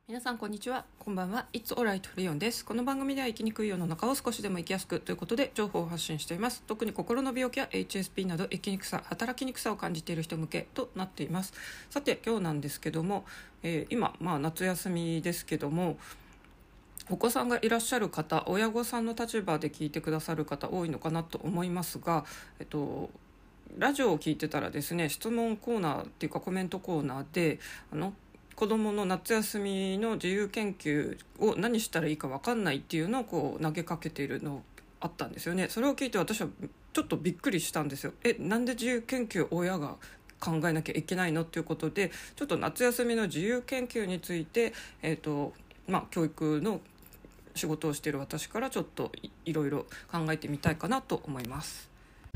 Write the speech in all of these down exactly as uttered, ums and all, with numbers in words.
皆さんこんにちは、こんばんは。 It's alright リオンです。この番組では生きにくい世の中を少しでも生きやすくということで情報を発信しています。特に心の病気や エイチエスピー など生きにくさ、働きにくさを感じている人向けとなっています。さて今日なんですけども、えー、今、まあ、夏休みですけども、お子さんがいらっしゃる方、親御さんの立場で聞いてくださる方多いのかなと思いますが、えっとラジオを聞いてたらですね、質問コーナーっていうかコメントコーナーで、あの子どもの夏休みの自由研究を何したらいいか分かんないっていうのをこう投げかけているのあったんですよね。それを聞いて私はちょっとびっくりしたんですよ。え、なんで自由研究を親が考えなきゃいけないのっていうことで、ちょっと夏休みの自由研究について、えーとまあ、教育の仕事をしている私からちょっと い, いろいろ考えてみたいかなと思います。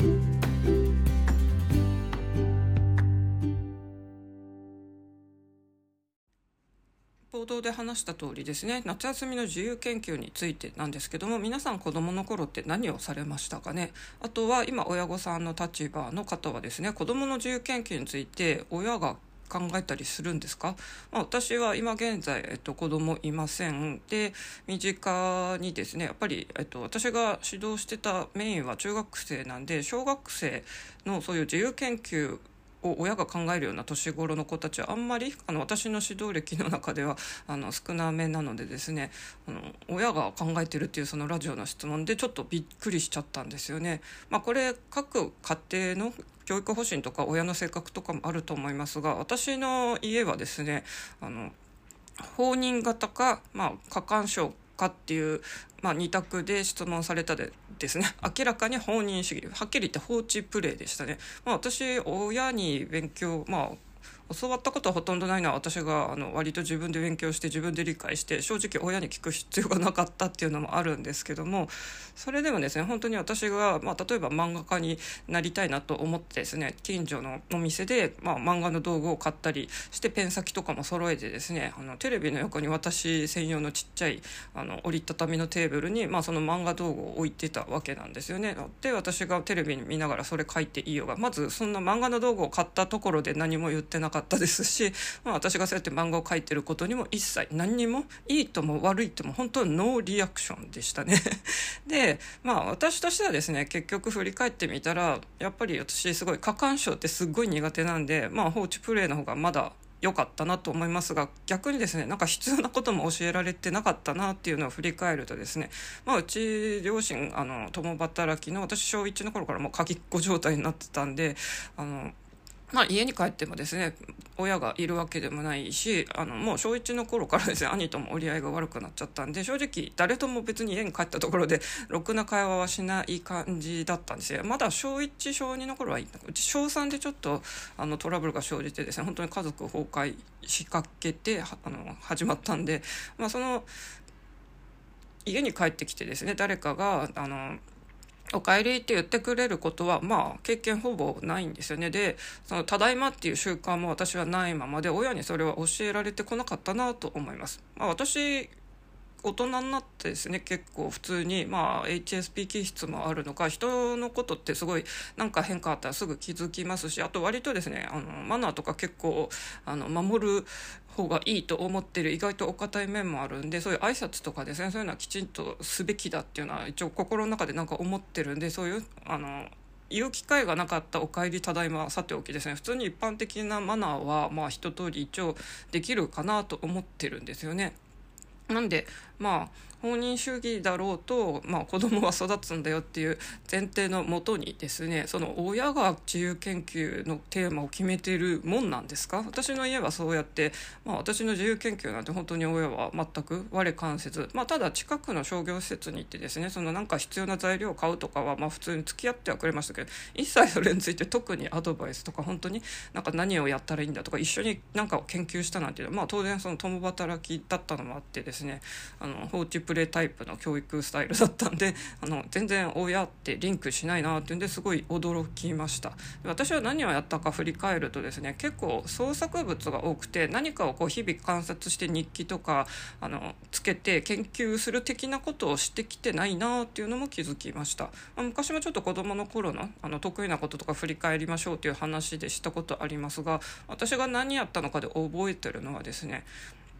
冒頭で話した通りですね、夏休みの自由研究についてなんですけども、皆さん子どもの頃って何をされましたかね。あとは今親御さんの立場の方はですね、子どもの自由研究について親が考えたりするんですか。まあ、私は今現在、えっと、子供いませんで、身近にですねやっぱり、えっと、私が指導してたメインは中学生なんで、小学生のそういう自由研究を親が考えるような年頃の子たちはあんまりあの私の指導歴の中ではあの少なめなのでですね、あの親が考えてるっていうそのラジオの質問でちょっとびっくりしちゃったんですよね。まあ、これ各家庭の教育方針とか親の性格とかもあると思いますが、私の家はですね、あの放任型か、まあ、過干渉かっていう、まあ、に択で質問されたでですね、明らかに放任主義、はっきり言って放置プレイでしたね。まあ、私親に勉強、まあ教わったことはほとんどないのは、私があの割と自分で勉強して自分で理解して、正直親に聞く必要がなかったっていうのもあるんですけども、それでもですね、本当に私が、まあ、例えば漫画家になりたいなと思ってですね、近所のお店で、まあ、漫画の道具を買ったりしてペン先とかも揃えてですね、あのテレビの横に私専用のちっちゃいあの折りたたみのテーブルに、まあ、その漫画道具を置いてたわけなんですよね。で私がテレビ見ながらそれ書いていいよが、まずそんな漫画の道具を買ったところで何も言ってなかったですし、まあ、私がそうやって漫画を描いてることにも一切何にもいいとも悪いとも本当にノーリアクションでしたね。で、まあ私としてはですね、結局振り返ってみたらやっぱり私すごい過干渉ってすごい苦手なんで、まあ放置プレイの方がまだ良かったなと思いますが、逆にですね、なんか必要なことも教えられてなかったなっていうのを振り返るとですね、まあ、うち両親あの共働きの、私小いちの頃からもう鍵っ子状態になってたんで、あのまあ、家に帰ってもですね親がいるわけでもないし、あのもう小いちの頃からですね兄とも折り合いが悪くなっちゃったんで、正直誰とも別に家に帰ったところでろくな会話はしない感じだったんですよ。まだ小いち小にの頃はいいんだ、うち小さんでちょっとあのトラブルが生じてですね、本当に家族崩壊しかけてあの始まったんで、まあ、その家に帰ってきてですね、誰かがあのお帰りって言ってくれることはまあ経験ほぼないんですよね。で、そのただいまっていう習慣も私はないままで、親にそれは教えられてこなかったなと思います。まあ、私大人になってですね、結構普通に、まあ、エイチエスピー 気質もあるのか、人のことってすごいなんか変化あったらすぐ気づきますし、あと割とですね、あのマナーとか結構あの守る方がいいと思ってる意外とお堅い面もあるんで、そういう挨拶とかですね、そういうのはきちんとすべきだっていうのは一応心の中でなんか思ってるんで、そういうあの言う機会がなかったお帰りただいまはさておきですね、普通に一般的なマナーはまあ一通り一応できるかなと思ってるんですよね。なんでまあ放任主義だろうと、まあ、子供は育つんだよっていう前提のもとにですね、その親が自由研究のテーマを決めているもんなんですか。私の家はそうやって、まあ、私の自由研究なんて本当に親は全く我関せず、まあ、ただ近くの商業施設に行ってですね、そのなんか必要な材料を買うとかはまあ普通に付き合ってはくれましたけど、一切それについて特にアドバイスとか、本当になんか何をやったらいいんだとか一緒になんかを研究したなんていうのは、まあ、当然その共働きだったのもあってですね、あの放置プレイタイプの教育スタイルだったんで、あの全然親ってリンクしないなっていうんですごい驚きました。私は何をやったか振り返るとですね、結構創作物が多くて、何かをこう日々観察して日記とかあのつけて研究する的なことをしてきてないなっていうのも気づきました。昔もちょっと子どもの頃の、あの得意なこととか振り返りましょうという話でしたことありますが、私が何やったのかで覚えてるのはですね、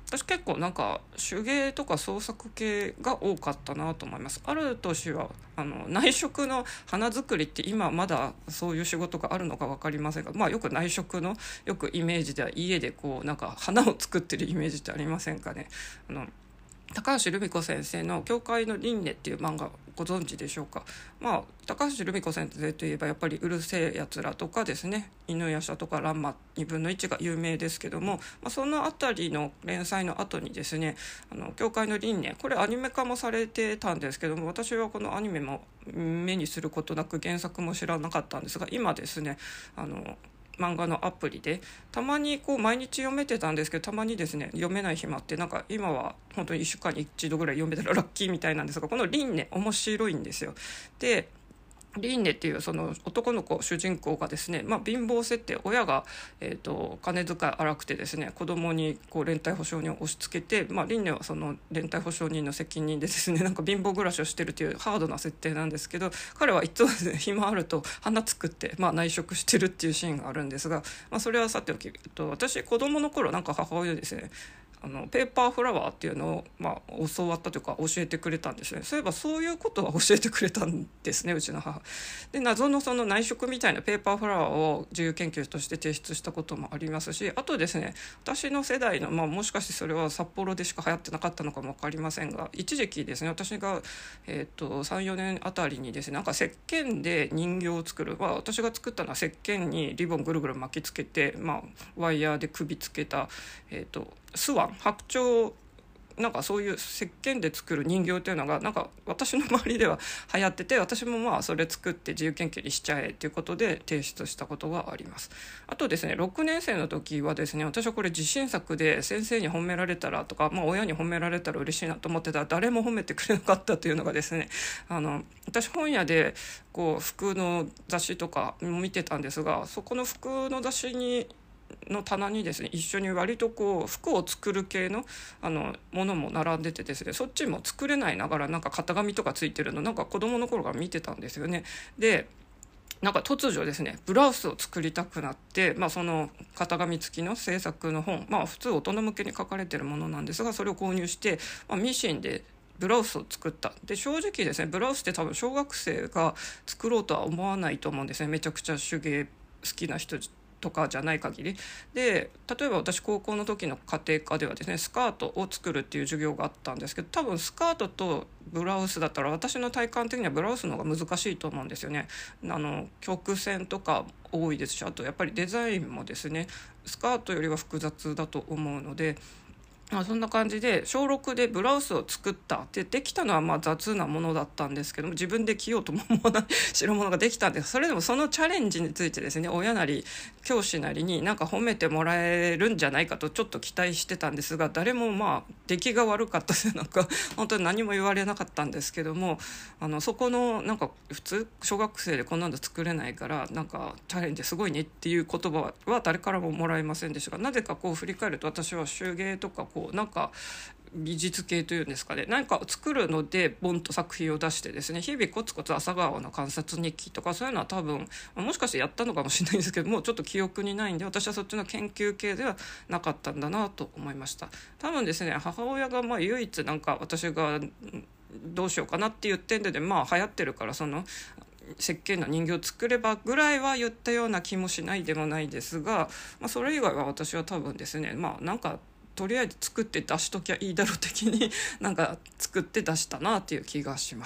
私結構なんか手芸とか創作系が多かったなと思います。ある年はあの内職の花作りって今まだそういう仕事があるのか分かりませんが、まあ、よく内職のよくイメージでは家でこうなんか花を作ってるイメージってありませんかね。あの高橋留美子先生の教会の輪廻っていう漫画ご存知でしょうか。まあ高橋留美子先生といえばやっぱりうるせえやつらとかですね、犬夜叉とかランマにぶんのいちが有名ですけども、まあ、そのあたりの連載の後にですね、あの教会の輪廻、これアニメ化もされてたんですけども、私はこのアニメも目にすることなく原作も知らなかったんですが、今ですねあの漫画のアプリでたまにこう毎日読めてたんですけど、たまにですね読めない日もあって、なんか今は本当にいっしゅうかんに一度ぐらい読めたらラッキーみたいなんですが、この輪廻面白いんですよ。で輪廻っていうその男の子主人公がですね、まあ、貧乏設定、親が、えーと金遣い荒くてですね、子供にこう連帯保証人を押し付けて、まあ、輪廻はその連帯保証人の責任でですね、なんか貧乏暮らしをしてるというハードな設定なんですけど、彼はいつもですね暇あると花作って、まあ、内職してるっていうシーンがあるんですが、まあ、それはさておき、えっと、私子供の頃なんか母親ですね、あのペーパーフラワーっていうのを、まあ、教わったというか教えてくれたんですね。そういえばそういうことは教えてくれたんですね、うちの母で。謎のその内職みたいなペーパーフラワーを自由研究として提出したこともありますし、あとですね、私の世代の、まあ、もしかしてそれは札幌でしか流行ってなかったのかも分かりませんが、一時期ですね、私が、えー、とさん、よねんあたりにですね、なんか石鹸で人形を作る、まあ、私が作ったのは石鹸にリボンぐるぐる巻きつけて、まあ、ワイヤーで首つけた、えー、とスワン白鳥、なんかそういう石鹸で作る人形っていうのがなんか私の周りでは流行ってて、私もまあそれ作って自由研究にしちゃえっていうことで提出したことがあります。あとですね、ろくねん生の時はですね、私はこれ自信作で先生に褒められたらとか、まあ、親に褒められたら嬉しいなと思ってたら誰も褒めてくれなかったというのがですね、あの私本屋でこう服の雑誌とか見てたんですが、そこの服の雑誌にの棚にですね、一緒に割とこう服を作る系のあのものも並んでてですね、そっちも作れないながらなんか型紙とかついてるのなんか子供の頃から見てたんですよね。でなんか突如ですねブラウスを作りたくなって、まあ、その型紙付きの制作の本、まあ普通大人向けに書かれてるものなんですが、それを購入して、まあ、ミシンでブラウスを作った。で正直ですね、ブラウスって多分小学生が作ろうとは思わないと思うんですね、めちゃくちゃ手芸好きな人とかじゃない限りで。例えば私高校の時の家庭科ではですね、スカートを作るっていう授業があったんですけど、多分スカートとブラウスだったら私の体感的にはブラウスの方が難しいと思うんですよね。あの曲線とか多いですし、あとやっぱりデザインもですねスカートよりは複雑だと思うので、まあ、そんな感じで小ろくでブラウスを作ったってできたのはまあ雑なものだったんですけども、自分で着ようとも思わない代物ができたんです。それでもそのチャレンジについてですね、親なり教師なりになんか褒めてもらえるんじゃないかとちょっと期待してたんですが、誰もまあ出来が悪かったでなんか本当に何も言われなかったんですけども、あのそこのなんか普通小学生でこんなの作れないからなんかチャレンジすごいねっていう言葉は誰からももらえませんでしたが、なぜかこう振り返ると私は手芸とかこうなんか美術系というんですかね、何かを作るのでボンと作品を出してですね、日々コツコツ朝顔の観察日記とかそういうのは多分もしかしてやったのかもしれないんですけども、ちょっと記憶にないんで私はそっちの研究系ではなかったんだなと思いました。多分ですね、母親がまあ唯一なんか私がどうしようかなっていう点で、まあ流行ってるからその石鹸の人形を作ればぐらいは言ったような気もしないでもないですが、まあ、それ以外は私は多分ですね、まあなんかとりあえず作って出しときゃいいだろう的になんか作って出したなっていう気がします。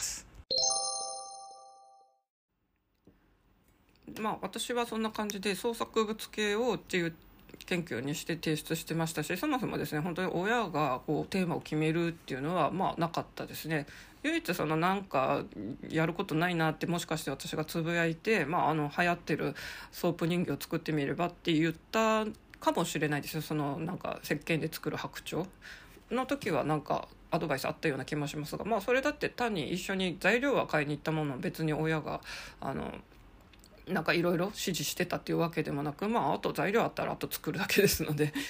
まあ私はそんな感じで創作物系をっていう研究にして提出してましたし、そもそもですね本当に親がこうテーマを決めるっていうのはまあなかったですね。唯一そのなんかやることないなってもしかして私がつぶやいて、まあ、あの流行ってるソープ人形を作ってみればって言ったかもしれないですよ。そのなんか石鹸で作る白鳥の時はなんかアドバイスあったような気もしますが、まあそれだって単に一緒に材料は買いに行ったものを別に親があのなんかいろいろ指示してたっていうわけでもなく、まああと材料あったらあと作るだけですので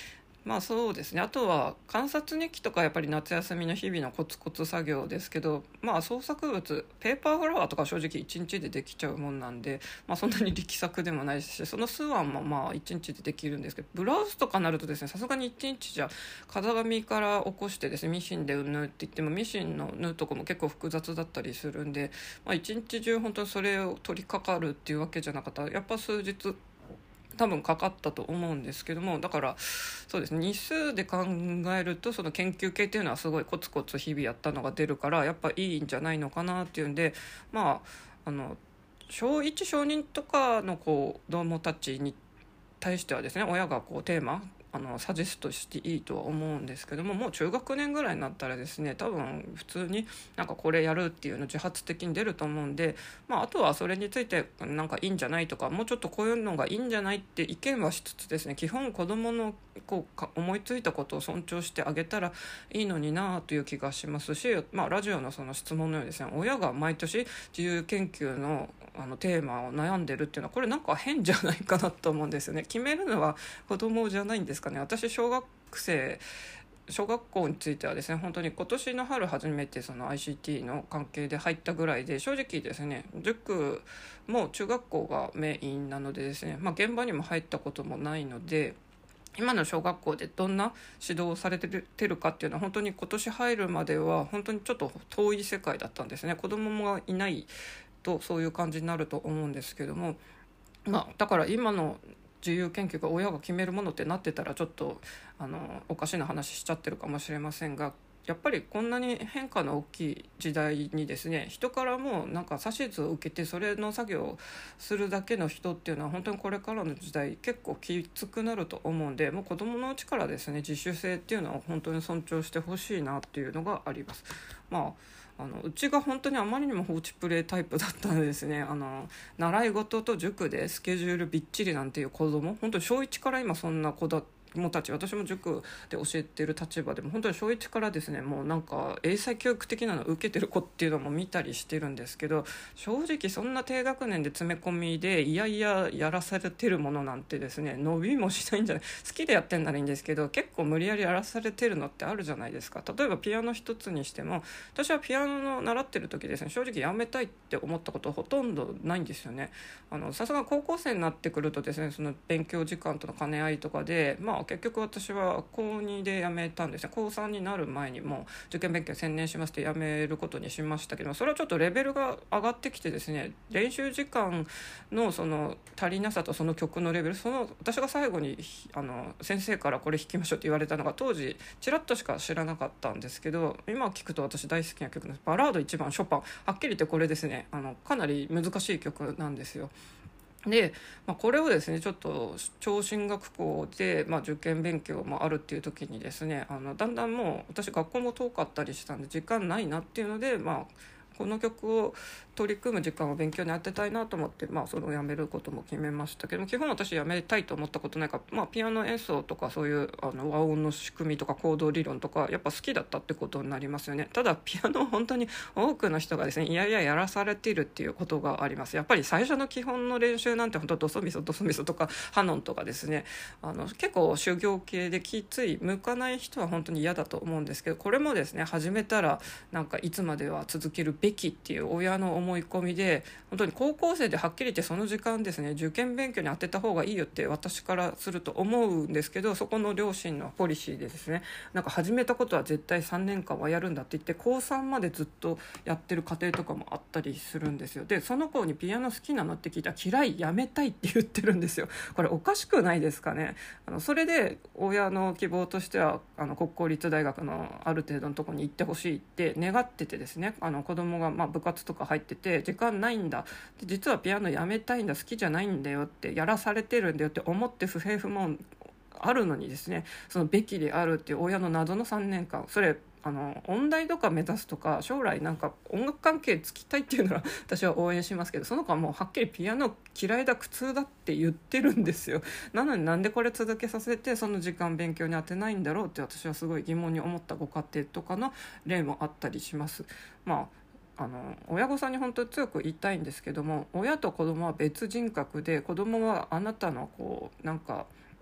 まあそうですね。あとは観察日記とかやっぱり夏休みの日々のコツコツ作業ですけど、まあ創作物ペーパーフラワーとか正直いちにちでできちゃうもんなんで、まあそんなに力作でもないし、その数案もまあいちにちでできるんですけど、ブラウスとかなるとですね、さすがにいちにちじゃ型紙から起こしてですね、ミシンで縫うって言ってもミシンの縫うとこも結構複雑だったりするんで、まあ一日中本当にそれを取り掛かるっていうわけじゃなかったら、やっぱ数日多分かかったと思うんですけども、だからそうですね、日数で考えるとその研究系っていうのはすごいコツコツ日々やったのが出るからやっぱいいんじゃないのかなっていうんで、まああの小いち小にとかの子供たちに対してはですね、親がこうテーマあのサジェストしていいとは思うんですけども、もう中学年ぐらいになったらですね、多分普通になんかこれやるっていうの自発的に出ると思うんで、まあ、あとはそれについてなんかいいんじゃないとか、もうちょっとこういうのがいいんじゃないって意見はしつつですね、基本子どものこうか思いついたことを尊重してあげたらいいのになという気がしますし、まあ、ラジオのその質問のようにですね、親が毎年自由研究のあのテーマを悩んでるっていうのはこれなんか変じゃないかなと思うんですよね。決めるのは子供じゃないんですかね。私小学生小学校についてはですね、本当に今年の春初めてその アイシーティー の関係で入ったぐらいで、正直ですね、塾も中学校がメインなのでですね、まあ、現場にも入ったこともないので、今の小学校でどんな指導をされてるかっていうのは本当に今年入るまでは本当にちょっと遠い世界だったんですね。子供もいないとそういう感じになると思うんですけども、まあ、だから今の自由研究が親が決めるものってなってたらちょっとあのおかしな話しちゃってるかもしれませんが、やっぱりこんなに変化の大きい時代にですね、人からもなんか指図を受けてそれの作業をするだけの人っていうのは本当にこれからの時代結構きつくなると思うんで、もう子どものうちからですね、自主性っていうのは本当に尊重してほしいなっていうのがあります。まああのうちが本当にあまりにも放置プレイタイプだったのでですね、あの習い事と塾でスケジュールびっちりなんていう子供、本当に小いちから今そんな子だもたち、私も塾で教えてる立場でも本当に小いちからですね、もうなんか英才教育的なのを受けてる子っていうのも見たりしてるんですけど、正直そんな低学年で詰め込みでいやいややらされてるものなんてですね、伸びもしないんじゃない、好きでやってんならいいんですけど、結構無理やりやらされてるのってあるじゃないですか。例えばピアノ一つにしても、私はピアノの習ってる時ですね、正直やめたいって思ったことほとんどないんですよね。あのさすが高校生になってくるとですね、その勉強時間との兼ね合いとかで、まあ結局私は高にで辞めたんですね。高さんになる前にもう受験勉強に専念しますって辞めることにしましたけど、それはちょっとレベルが上がってきてですね、練習時間のその足りなさとその曲のレベル、その私が最後にあの先生からこれ弾きましょうって言われたのが当時ちらっとしか知らなかったんですけど、今聞くと私大好きな曲です。バラードいちばんショパン、はっきり言ってこれですね、あのかなり難しい曲なんですよ。で、まあ、これをですねちょっと超進学校で、まあ、受験勉強もあるっていう時にですね、あのだんだんもう私学校も遠かったりしたんで時間ないなっていうので、まあこの曲を取り組む時間を勉強に当てたいなと思って、まあ、それをやめることも決めましたけども、基本私やめたいと思ったことないから、まあ、ピアノ演奏とかそういうあの和音の仕組みとか行動理論とかやっぱ好きだったってことになりますよね。ただピアノを本当に多くの人がですねいやいややらされているっていうことがあります。やっぱり最初の基本の練習なんて本当ドソミソドソミソとかハノンとかですね、あの結構修行系できつい向かない人は本当に嫌だと思うんですけど、これもですね始めたらなんかいつまでは続けるべきっていう親の思い込みで、本当に高校生ではっきり言ってその時間ですね受験勉強に当てた方がいいよって私からすると思うんですけど、そこの両親のポリシーでですね、なんか始めたことは絶対さんねんかんはやるんだって言って高さんまでずっとやってる家庭とかもあったりするんですよ。でその子にピアノ好きなのって聞いたら嫌い、やめたいって言ってるんですよ。これおかしくないですかね。あのそれで親の希望としてはあの国公立大学のある程度のところに行ってほしいって願っててですね、あの子供がまあ部活とか入ってて時間ないんだ、で実はピアノやめたいんだ、好きじゃないんだよって、やらされてるんだよって思って不平不満あるのにですね、そのべきであるっていう親の謎のさんねんかん、それあの音大とか目指すとか将来なんか音楽関係つきたいっていうなら私は応援しますけど、その子はもうはっきりピアノ嫌いだ苦痛だって言ってるんですよ。なのになんでこれ続けさせてその時間勉強に当てないんだろうって私はすごい疑問に思ったご家庭とかの例もあったりします。まああの親御さんに本当に強く言いたいんですけども、親と子供は別人格で、子供はあなたのこうなんか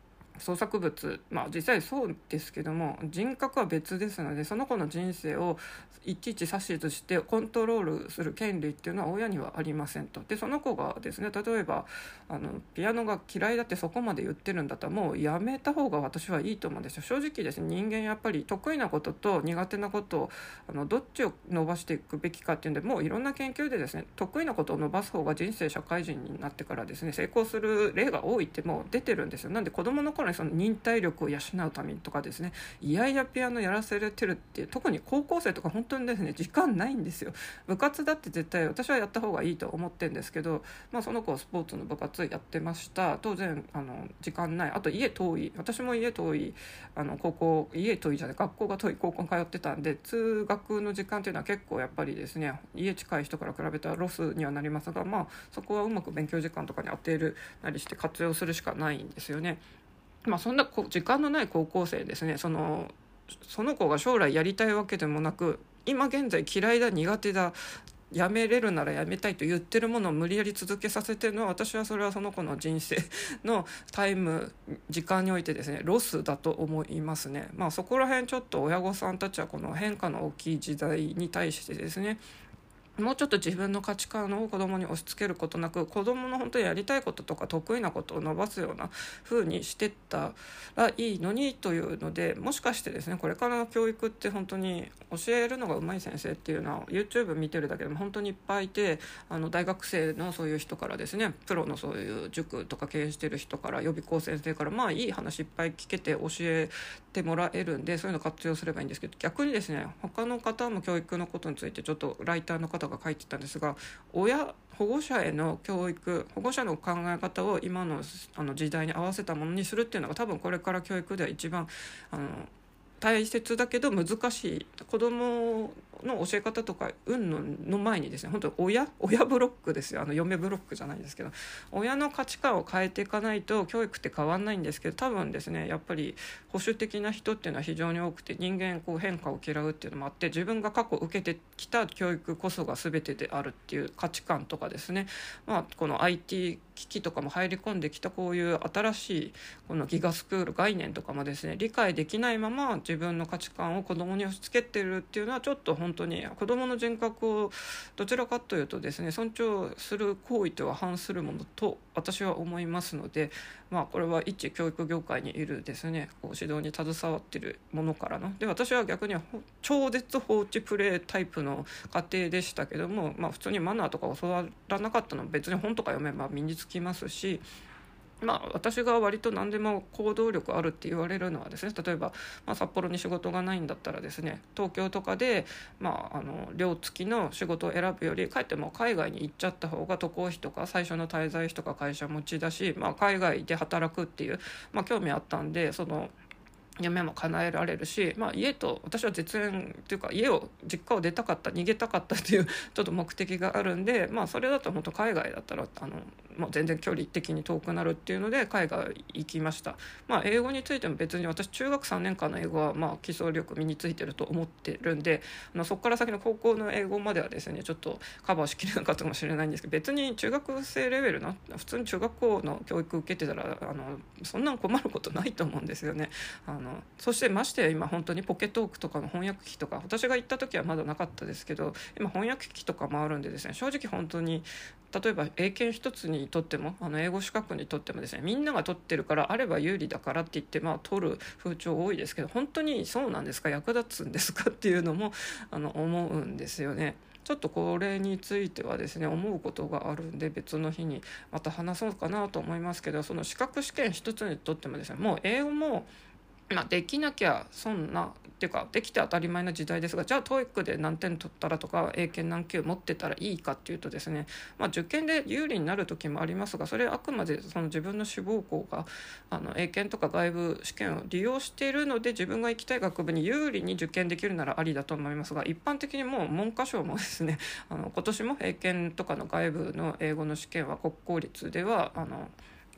創作物、まあ実際そうですけども、人格は別ですので、その子の人生をいちいち指図してコントロールする権利っていうのは親にはありませんと。でその子がですね、例えばあのピアノが嫌いだってそこまで言ってるんだったら、もうやめた方が私はいいと思うんですよ。正直ですね、人間やっぱり得意なことと苦手なことをあのどっちを伸ばしていくべきかっていうんで、もういろんな研究でですね、得意なことを伸ばす方が人生社会人になってからですね成功する例が多いってもう出てるんですよ。なんで子供の頃にその忍耐力を養うためにとかですね、いやいやピアノやらせれてるって、特に高校生とか本当にですね時間ないんですよ。部活だって絶対私はやった方がいいと思ってるんですけど、まあ、その子はスポーツの部活やってました。当然あの時間ない、あと家遠い、私も家遠い、あの高校家遠いじゃない学校が遠い高校に通ってたんで、通学の時間っていうのは結構やっぱりですね、家近い人から比べたらロスにはなりますが、まあそこはうまく勉強時間とかに当てるなりして活用するしかないんですよね。まあ、そんな時間のない高校生ですね、そのその子が将来やりたいわけでもなく、今現在嫌いだ苦手だやめれるならやめたいと言ってるものを無理やり続けさせてるのは、私はそれはその子の人生のタイム時間においてですねロスだと思いますね。まあそこら辺ちょっと親御さんたちはこの変化の大きい時代に対してですね、もうちょっと自分の価値観を子供に押し付けることなく、子供の本当にやりたいこととか得意なことを伸ばすような風にしてったらいいのにというので、もしかしてですねこれからの教育って本当に教えるのが上手い先生っていうのは YouTube 見てるだけでも本当にいっぱいいて、あの大学生のそういう人からですね、プロのそういう塾とか経営してる人から予備校先生から、まあいい話いっぱい聞けて教えてもらえるんで、そういうの活用すればいいんですけど、逆にですね他の方も教育のことについてちょっとライターの方が書いてたんですが、親保護者への教育、保護者の考え方を今の、あの時代に合わせたものにするっていうのが多分これから教育では一番あの大切だけど難しい。子供の教え方とか運のの前にですね、本当親親ブロックですよ。あの嫁ブロックじゃないですけど、親の価値観を変えていかないと教育って変わんないんですけど、多分ですねやっぱり保守的な人っていうのは非常に多くて、人間こう変化を嫌うっていうのもあって、自分が過去受けてきた教育こそが全てであるっていう価値観とかですね、まあ、この アイティー 機器とかも入り込んできたこういう新しいこのギガスクール概念とかもですね理解できないまま自分の価値観を子供に押し付けてるっていうのは、ちょっと本当に子供の人格をどちらかというとですね尊重する行為とは反するものと私は思いますので、まあこれは一教育業界にいるですねこう指導に携わっているものからので、私は逆に超絶放置プレイタイプの家庭でしたけども、まあ普通にマナーとか教わらなかったのは別に本とか読めば身につきますし、まあ、私が割と何でも行動力あるって言われるのはですね、例えば、まあ、札幌に仕事がないんだったらですね東京とかで、まあ、あの寮付きの仕事を選ぶよりかえってもう海外に行っちゃった方が渡航費とか最初の滞在費とか会社持ちだし、まあ、海外で働くっていう、まあ、興味あったんでその夢も叶えられるし、まあ、家と私は絶縁っていうか家を実家を出たかった逃げたかったっていうちょっと目的があるんで、まあ、それだと本当海外だったらあの、もう全然距離的に遠くなるっていうので海外行きました。まあ、英語についても別に私中学さんねんかんの英語はまあ基礎力身についてると思ってるんで、あのそこから先の高校の英語まではですねちょっとカバーしきれなかったかもしれないんですけど、別に中学生レベルの普通に中学校の教育受けてたらあのそんな困ることないと思うんですよね。あのそしてまして今本当にポケトークとかの翻訳機とか、私が行った時はまだなかったですけど今翻訳機とかもあるんでですね、正直本当に例えば英検一つにとってもあの英語資格にとってもですね、みんなが取ってるからあれば有利だからって言ってまあ取る風潮多いですけど、本当にそうなんですか、役立つんですかっていうのもあの思うんですよね。ちょっとこれについてはですね思うことがあるんで別の日にまた話そうかなと思いますけど、その資格試験一つにとってもですね、もう英語もまあ、できなきゃ損なっていうかできて当たり前な時代ですが、じゃあ トーイック で何点取ったらとか英検何級持ってたらいいかっていうとですね、まあ、受験で有利になる時もありますが、それはあくまでその自分の志望校があの英検とか外部試験を利用しているので自分が行きたい学部に有利に受験できるならありだと思いますが、一般的にもう文科省もですねあの今年も英検とかの外部の英語の試験は国公立ではあの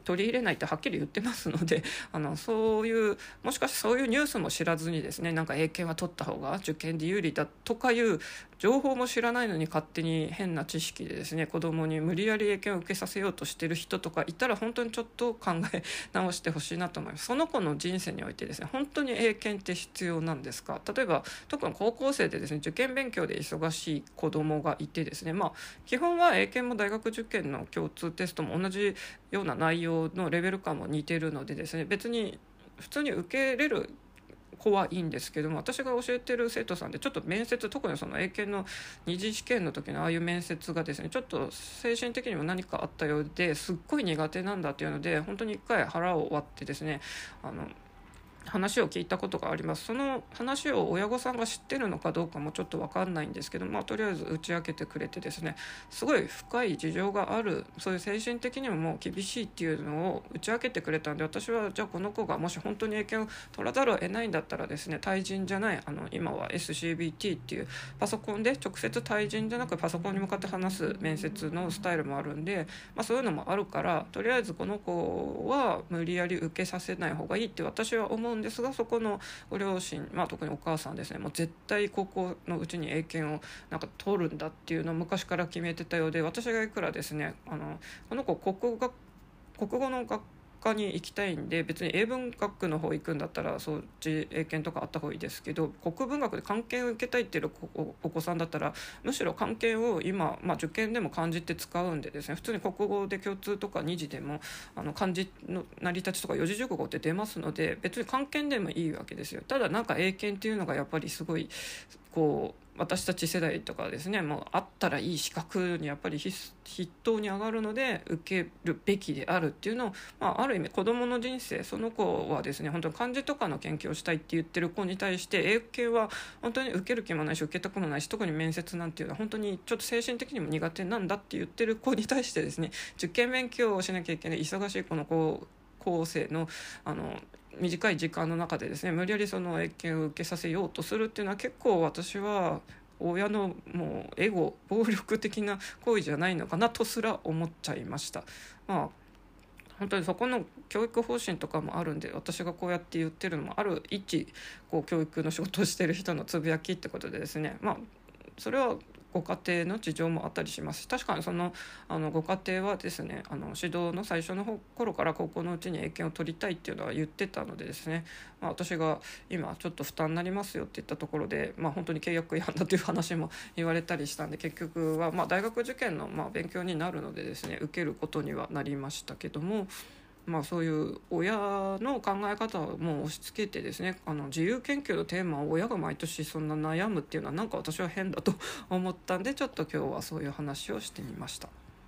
取り入れないってはっきり言ってますので、あのそういうもしかしてそういうニュースも知らずにですね、なんか英検は取った方が受験で有利だとかいう情報も知らないのに勝手に変な知識でですね、子供に無理やり英検を受けさせようとしてる人とかいたら、本当にちょっと考え直してほしいなと思います。その子の人生においてですね、本当に英検って必要なんですか。例えば特に高校生でですね、受験勉強で忙しい子供がいてですね、まあ基本は英検も大学受験の共通テストも同じような内容のレベル感も似てるのでですね、別に普通に受けれる子はいいんですけども、私が教えてる生徒さんでちょっと面接、特にその英検の二次試験の時のああいう面接がですね、ちょっと精神的にも何かあったようですっごい苦手なんだっていうので、本当に一回腹を割ってですね、あの話を聞いたことがあります。その話を親御さんが知ってるのかどうかもちょっと分かんないんですけど、まあ、とりあえず打ち明けてくれてですね、すごい深い事情がある、そういう精神的にももう厳しいっていうのを打ち明けてくれたんで、私はじゃあこの子がもし本当に英検を取らざるを得ないんだったらですね、対人じゃない、あの今は エスシービーティー っていうパソコンで直接対人じゃなくパソコンに向かって話す面接のスタイルもあるんで、まあ、そういうのもあるから、とりあえずこの子は無理やり受けさせない方がいいって私は思うんですが、そこのご両親、まあ、特にお母さんですね、もう絶対高校のうちに英検をなんか取るんだっていうのを昔から決めてたようで、私がいくらですね、あのこの子国語が国語の学科に行きたいんで、別に英文学の方行くんだったらそっち英検とかあった方がいいですけど、国文学で漢検を受けたいっていうおお子さんだったら、むしろ漢検を今、まあ、受験でも漢字って使うんでですね、普通に国語で共通とか二次でもあの漢字の成り立ちとか四字熟語って出ますので、別に漢検でもいいわけですよ。ただなんか英検っていうのがやっぱりすごいこう私たち世代とかですね、もうあったらいい資格にやっぱり筆頭に上がるので受けるべきであるっていうのを、まあ、ある意味子どもの人生、その子はですね本当に漢字とかの研究をしたいって言ってる子に対して英検は本当に受ける気もないし受けたくもないし、特に面接なんていうのは本当にちょっと精神的にも苦手なんだって言ってる子に対してですね、受験勉強をしなきゃいけない忙しいこの子高生のあの短い時間の中でですね、無理やりその英検を受けさせようとするっていうのは、結構私は親のもうエゴ暴力的な行為じゃないのかなとすら思っちゃいました。まあ本当にそこの教育方針とかもあるんで、私がこうやって言ってるのもある一こう教育の仕事をしてる人のつぶやきってことでですね、まあそれはご家庭の事情もあったりします。確かにそのあのご家庭はですね、あの指導の最初の頃から高校のうちに英検を取りたいっていうのは言ってたのでですね、まあ、私が今ちょっと負担になりますよって言ったところで、まあ、本当に契約違反だという話も言われたりしたんで、結局はまあ大学受験のまあ勉強になるのでですね、受けることにはなりましたけども、まあ、そういう親の考え方をもう押し付けてですね、あの自由研究のテーマを親が毎年そんな悩むっていうのはなんか私は変だと思ったんで、ちょっと今日はそういう話をしてみました。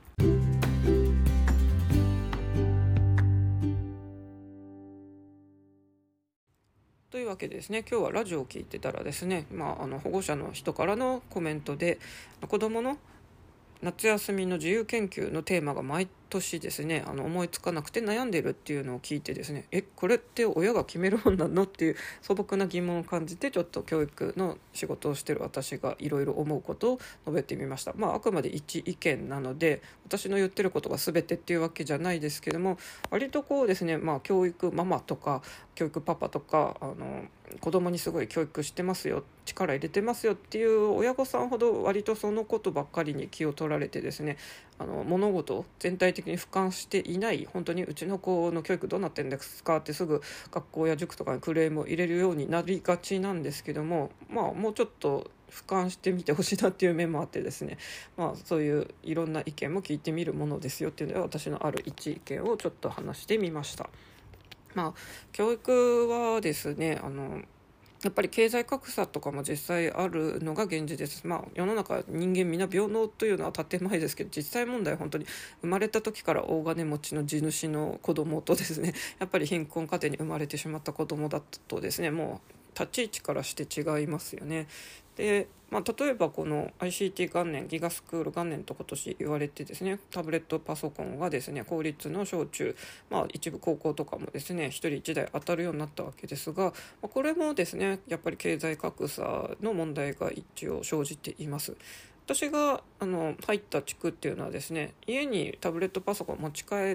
というわけでですね、今日はラジオを聞いてたらですね、まあ、あの保護者の人からのコメントで、子どもの夏休みの自由研究のテーマが毎年ですね、あの思いつかなくて悩んでるっていうのを聞いてですね、えこれって親が決めるもんなのっていう素朴な疑問を感じて、ちょっと教育の仕事をしてる私がいろいろ思うことを述べてみました。まああくまで一意見なので、私の言ってることが全てっていうわけじゃないですけども、割とこうですね、まあ教育ママとか教育パパとか、あの子供にすごい教育してますよ、力入れてますよっていう親御さんほど割とそのことばっかりに気を取られてですね、あの物事全体的に俯瞰していない、本当にうちの子の教育どうなってんですかってすぐ学校や塾とかにクレームを入れるようになりがちなんですけども、まあもうちょっと俯瞰してみてほしいなっていう面もあってですね、まあそういういろんな意見も聞いてみるものですよっていうので、私のある一意見をちょっと話してみました。まあ教育はですね、あのやっぱり経済格差とかも実際あるのが現実です。まあ世の中人間みんな平等というのは建前ですけど、実際問題本当に生まれた時から大金持ちの地主の子供とですね、やっぱり貧困家庭に生まれてしまった子供だとですね、もう立ち位置からして違いますよね。で、まあ、例えばこの アイシーティー 元年ギガスクール元年と今年言われてですね、タブレットパソコンがですね公立の小中、まあ、一部高校とかもですね一人一台当たるようになったわけですが、これもですねやっぱり経済格差の問題が一応生じています。私があの入った地区っていうのはですね、家にタブレットパソコン持ち帰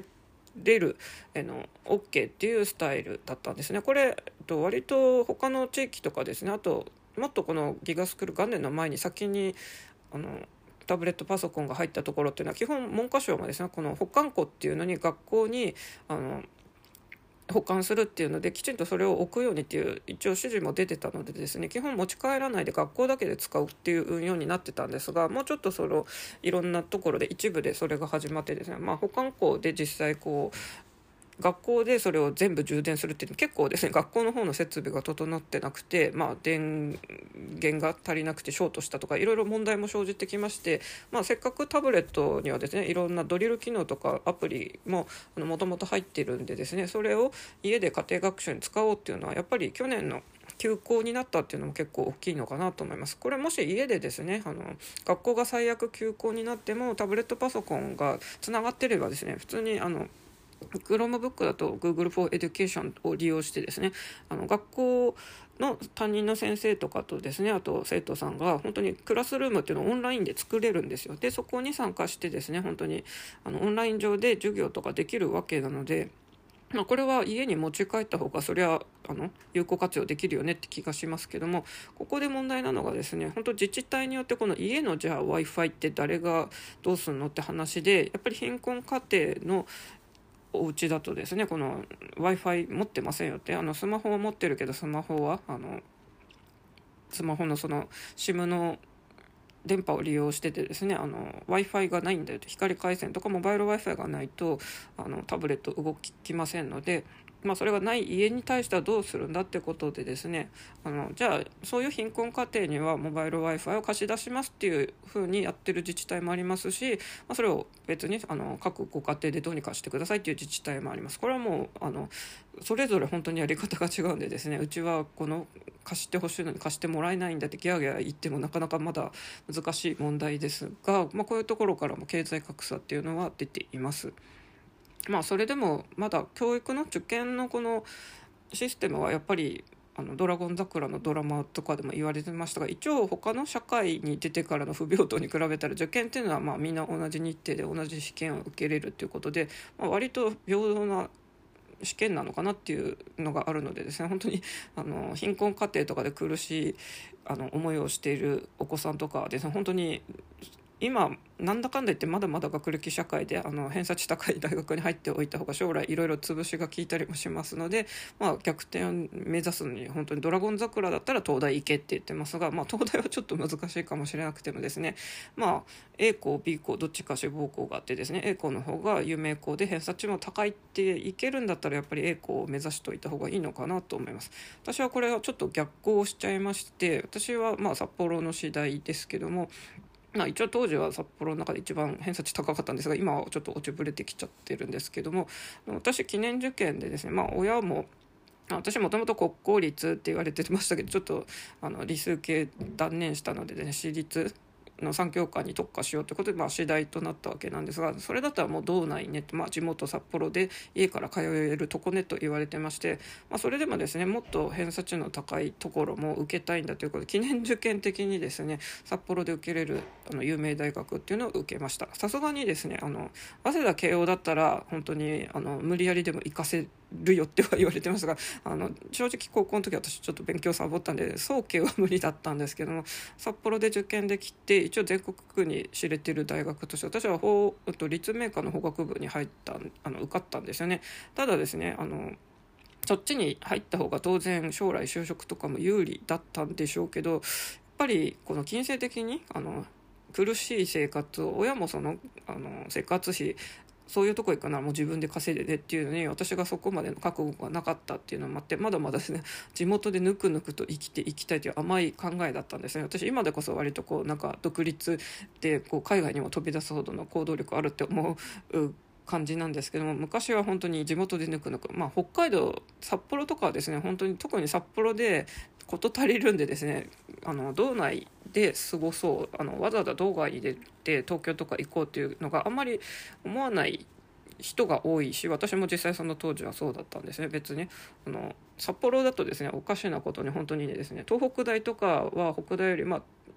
れるあの OK っていうスタイルだったんですね。これ割と他の地域とかですね、あともっとこのギガスクール元年の前に先にあのタブレットパソコンが入ったところっていうのは基本文科省がですね、この保管庫っていうのに学校にあの保管するっていうのできちんとそれを置くようにっていう一応指示も出てたのでですね、基本持ち帰らないで学校だけで使うっていうようになってたんですが、もうちょっとそのいろんなところで一部でそれが始まってですね、まあ、保管庫で実際こう学校でそれを全部充電するっていうの結構ですね、学校の方の設備が整ってなくて、まあ、電源が足りなくてショートしたとかいろいろ問題も生じてきまして、まあ、せっかくタブレットにはですねいろんなドリル機能とかアプリももともと入ってるんでですね、それを家で家庭学習に使おうっていうのはやっぱり去年の休校になったっていうのも結構大きいのかなと思います。これもし家でですね、あの学校が最悪休校になってもタブレットパソコンがつながってればですね、普通にあのChromebook だと Google for Education を利用してですね、あの学校の担任の先生とかとですね、あと生徒さんが本当にクラスルームっていうのをオンラインで作れるんですよ。でそこに参加してですね、本当にあのオンライン上で授業とかできるわけなので、まあ、これは家に持ち帰った方がそりゃあの有効活用できるよねって気がしますけども、ここで問題なのがですね、本当自治体によってこの家のじゃあ Wi-Fi って誰がどうするのって話で、やっぱり貧困家庭のお家だとですね、この Wi-Fi 持ってませんよって、あのスマホを持ってるけどスマホはあのスマホのその SIM の電波を利用しててですね、あの Wi-Fi がないんだよと、光回線とかモバイル Wi-Fi がないとあのタブレット動きませんので、まあ、それがない家に対してはどうするんだってことでですね、あのじゃあそういう貧困家庭にはモバイル Wi-Fi を貸し出しますっていう風にやってる自治体もありますし、まあ、それを別にあの各ご家庭でどうにかしてくださいっていう自治体もあります。これはもうあのそれぞれ本当にやり方が違うんでですね、うちはこの貸してほしいのに貸してもらえないんだってギャーギャー言ってもなかなかまだ難しい問題ですが、まあ、こういうところからも経済格差っていうのは出ています。まあ、それでもまだ教育の受験のこのシステムはやっぱりあのドラゴン桜のドラマとかでも言われてましたが、一応他の社会に出てからの不平等に比べたら受験っていうのはまあみんな同じ日程で同じ試験を受けれるということで、まあ、割と平等な試験なのかなっていうのがあるのでですね、本当にあの貧困家庭とかで苦しいあの思いをしているお子さんとかはですね、本当に今なんだかんだ言ってまだまだ学歴社会であの偏差値高い大学に入っておいた方が将来いろいろ潰しが効いたりもしますので、まあ、逆転を目指すのに本当にドラゴン桜だったら東大行けって言ってますが、まあ、東大はちょっと難しいかもしれなくてもですね、まあ、A 校 B 校どっちか志望校があってですね、 A 校の方が有名校で偏差値も高いっていけるんだったらやっぱり A 校を目指しておいた方がいいのかなと思います。私はこれはちょっと逆行しちゃいまして、私はまあ札幌の次第ですけども、まあ、一応当時は札幌の中で一番偏差値高かったんですが、今はちょっと落ちぶれてきちゃってるんですけども、私記念受験でですね、まあ親も私もともと国公立って言われてましたけど、ちょっとあの理数系断念したので、ね、私立のさん教科に特化しようということで、まあ、次第となったわけなんですが、それだったらもう道内ねって、まあ、地元札幌で家から通えるとこねと言われてまして、まあ、それでもですねもっと偏差値の高いところも受けたいんだということで記念受験的にですね札幌で受けれるあの有名大学っていうのを受けました。さすがにですねあの早稲田慶応だったら本当にあの無理やりでも行かせるよっては言われてますが、あの正直高校の時私ちょっと勉強サボったんで早慶は無理だったんですけども、札幌で受験できて一応全国区に知れてる大学として私は法と立命館の法学部に入ったあの受かったんですよね。ただですねあのそっちに入った方が当然将来就職とかも有利だったんでしょうけど、やっぱりこの金銭的にあの苦しい生活を親もそのあの生活費そういうとこ行くならもう自分で稼いでねっていうのに私がそこまでの覚悟がなかったっていうのもあって、まだまだですね地元でぬくぬくと生きていきたいという甘い考えだったんですね。私今でこそ割とこうなんか独立でこう海外にも飛び出すほどの行動力あるって思う感じなんですけども、昔は本当に地元でぬくぬく、まあ、北海道札幌とかはですね本当に特に札幌で事足りるんでですねあの道内で過ごそう、あのわざわざ道外に出て東京とか行こうっていうのがあんまり思わない人が多いし、私も実際その当時はそうだったんですね。別にあの札幌だとですねおかしなことに本当にねですね東北大とかは北大よりまあ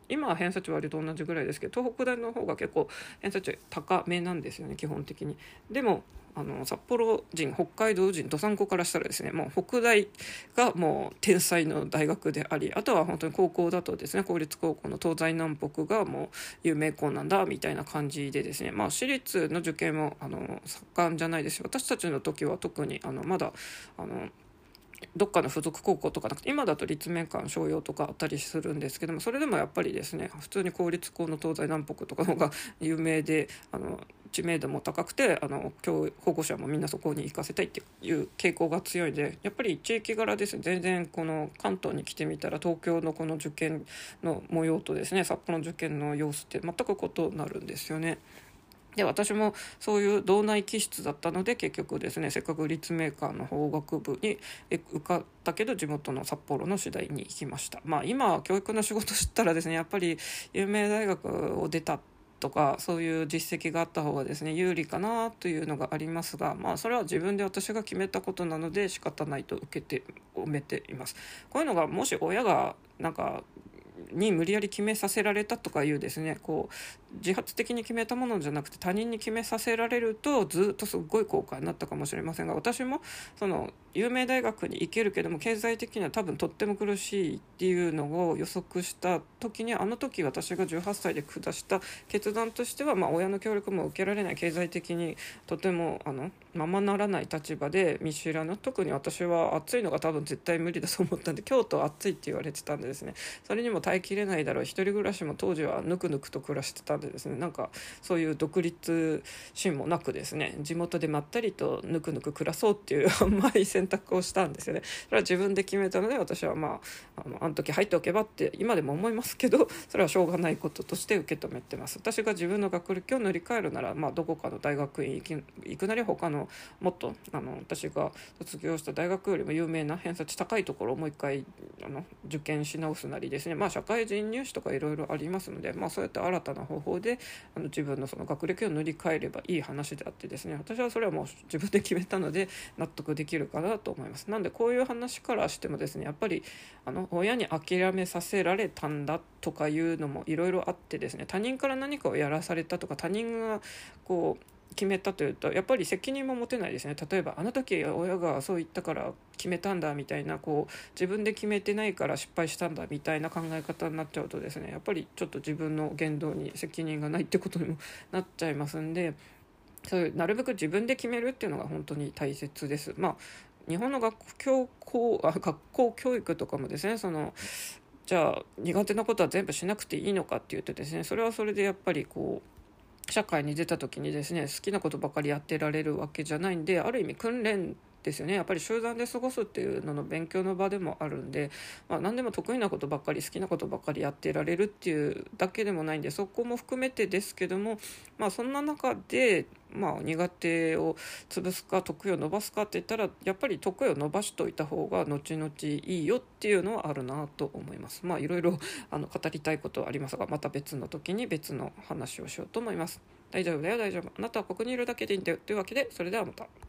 今は偏差値割と同じぐらいですけど、東北大の方が結構偏差値高めなんですよね、基本的に。でもあの札幌人、北海道人、どさんこからしたらですね、もう北大がもう天才の大学であり、あとは本当に高校だとですね、公立高校の東西南北がもう有名校なんだみたいな感じでですね、まあ私立の受験もあの盛んじゃないですし、私たちの時は特にあのまだあのどっかの付属高校とかなくて、今だと立命館商用とかあったりするんですけども、それでもやっぱりですね、普通に公立校の東西南北とかの方が有名で、あの知名度も高くて、あの教保護者もみんなそこに行かせたいっていう傾向が強いんで、やっぱり地域柄ですね、全然この関東に来てみたら東京のこの受験の模様とですね、札幌の受験の様子って全く異なるんですよね。で私もそういう道内気質だったので、結局ですね、せっかく立命館の法学部に受かったけど地元の札幌の私大に行きました。まあ今教育の仕事知ったらですね、やっぱり有名大学を出たとかそういう実績があった方がですね有利かなというのがありますが、まあそれは自分で私が決めたことなので仕方ないと受けて埋めています。こういうのがもし親がなんかに無理やり決めさせられたとかいうですね、こう自発的に決めたものじゃなくて他人に決めさせられるとずっとすごい後悔になったかもしれませんが、私もその有名大学に行けるけども経済的には多分とっても苦しいっていうのを予測した時に、あの時私がじゅうはっさいで下した決断としては、まあ、親の協力も受けられない、経済的にとてもあのままならない立場で見知らぬ、特に私は暑いのが多分絶対無理だと思ったんで、京都暑いって言われてたんでですね、それにも耐えきれないだろう、一人暮らしも当時はぬくぬくと暮らしてたんでですね、なんかそういう独立心もなくですね、地元でまったりとぬくぬく暮らそうっていう甘い選択をしたんですよね。それは自分で決めたので、私はまああのあの時入っておけばって今でも思いますけど、それはしょうがないこととして受け止めてます。私が自分の学歴を塗り替えるなら、まあ、どこかの大学院行き行くなり他のもっとあの私が卒業した大学よりも有名な偏差値高いところをもう一回あの受験し直すなりですね、まあ、社会人入試とかいろいろありますので、まあ、そうやって新たな方法であの自分のその学歴を塗り替えればいい話であってですね、私はそれはもう自分で決めたので納得できるかなと思います。なんでこういう話からしてもですね、やっぱりあの親に諦めさせられたんだとかいうのもいろいろあってですね、他人から何かをやらされたとか他人がこう決めたというとやっぱり責任も持てないですね。例えばあの時親がそう言ったから決めたんだみたいな、こう自分で決めてないから失敗したんだみたいな考え方になっちゃうとですね、やっぱりちょっと自分の言動に責任がないってことにもなっちゃいますんで、そういうなるべく自分で決めるっていうのが本当に大切です。まあ日本の学校あ学校教育とかもですね、そのじゃあ苦手なことは全部しなくていいのかっていうとですね、それはそれでやっぱりこう社会に出た時にですね、好きなことばかりやってられるわけじゃないんで、ある意味訓練ですよね。やっぱり集団で過ごすっていうのの勉強の場でもあるんで、まあ、何でも得意なことばっかり好きなことばっかりやってられるっていうだけでもないんで、そこも含めてですけども、まあそんな中で、まあ、苦手を潰すか得意を伸ばすかって言ったらやっぱり得意を伸ばしといた方が後々いいよっていうのはあるなと思います。まあいろいろあの語りたいことはありますが、また別の時に別の話をしようと思います。大丈夫だよ大丈夫、あなたはここにいるだけでいいんだよというわけで、それではまた。